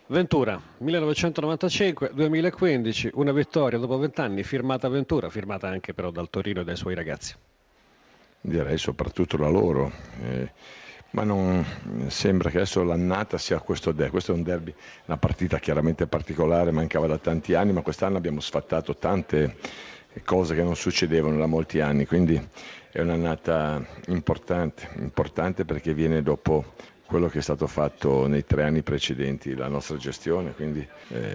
Ventura, 1995-2015, una vittoria dopo 20 anni, firmata Ventura, firmata anche però dal Torino e dai suoi ragazzi. Direi soprattutto la loro, ma non sembra che adesso l'annata sia questo derby. Questo è un derby, una partita chiaramente particolare, mancava da tanti anni, ma quest'anno abbiamo sfattato tante cose che non succedevano da molti anni, quindi è un'annata importante, importante perché viene dopo quello che è stato fatto nei 3 anni precedenti, la nostra gestione, quindi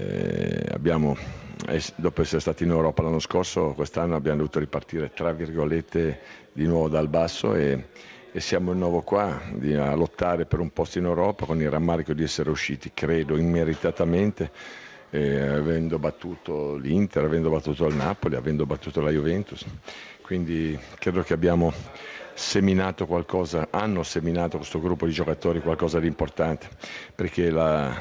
dopo essere stati in Europa l'anno scorso, quest'anno abbiamo dovuto ripartire tra virgolette di nuovo dal basso e siamo di nuovo qua a lottare per un posto in Europa con il rammarico di essere usciti, credo, immeritatamente, avendo battuto l'Inter, avendo battuto il Napoli, avendo battuto la Juventus. Quindi credo che abbiamo seminato qualcosa, hanno seminato questo gruppo di giocatori qualcosa di importante, perché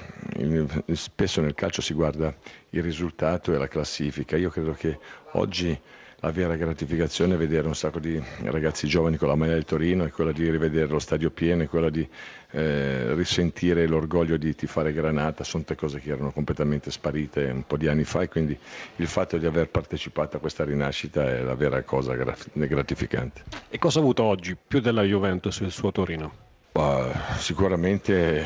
spesso nel calcio si guarda il risultato e la classifica. Io credo che oggi la vera gratificazione è vedere un sacco di ragazzi giovani con la maglia del Torino, è quella di rivedere lo stadio pieno, è quella di risentire l'orgoglio di tifare Granata. Sono tutte cose che erano completamente sparite un po' di anni fa, e quindi il fatto di aver partecipato a questa rinascita è la vera cosa gratificante. E cosa ha avuto oggi più della Juventus il suo Torino? Sicuramente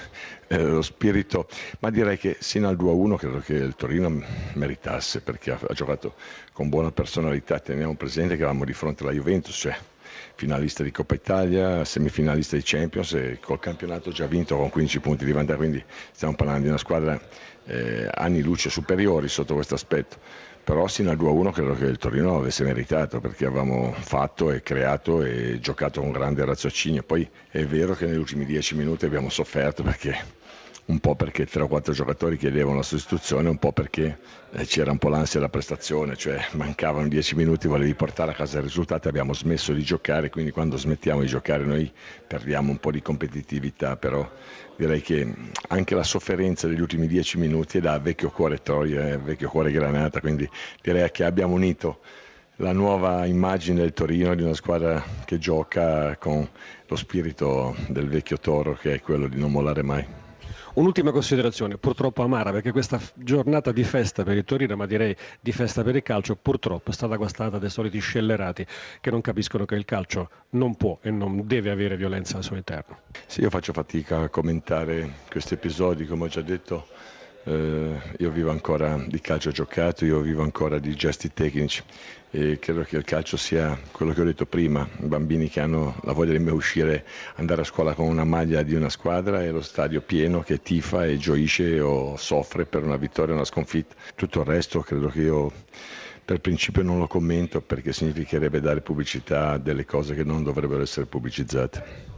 lo spirito, ma direi che sino al 2-1 credo che il Torino meritasse, perché ha giocato con buona personalità. Teniamo presente che eravamo di fronte alla Juventus, cioè finalista di Coppa Italia, semifinalista di Champions, e col campionato già vinto con 15 punti di vantaggio, quindi stiamo parlando di una squadra anni luce superiori sotto questo aspetto. Però sino al 2-1 credo che il Torino avesse meritato, perché avevamo fatto e creato e giocato con grande raziocinio. Poi è vero che negli ultimi 10 minuti abbiamo sofferto, un po' perché 3 o 4 giocatori chiedevano la sostituzione, un po' perché c'era un po' l'ansia della prestazione, cioè mancavano 10 minuti, volevi portare a casa il risultato, abbiamo smesso di giocare, quindi quando smettiamo di giocare noi perdiamo un po' di competitività. Però direi che anche la sofferenza degli ultimi 10 minuti è da vecchio cuore Troia, vecchio cuore Granata, quindi direi che abbiamo unito la nuova immagine del Torino, di una squadra che gioca con lo spirito del vecchio Toro, che è quello di non mollare mai. Un'ultima considerazione, purtroppo amara, perché questa giornata di festa per il Torino, ma direi di festa per il calcio, purtroppo è stata guastata dai soliti scellerati che non capiscono che il calcio non può e non deve avere violenza al suo interno. Sì, io faccio fatica a commentare questi episodi, come ho già detto. Io vivo ancora di calcio giocato, io vivo ancora di gesti tecnici, e credo che il calcio sia quello che ho detto prima: bambini che hanno la voglia di uscire, andare a scuola con una maglia di una squadra, e lo stadio pieno che tifa e gioisce o soffre per una vittoria o una sconfitta. Tutto il resto credo che io per principio non lo commento, perché significherebbe dare pubblicità a delle cose che non dovrebbero essere pubblicizzate.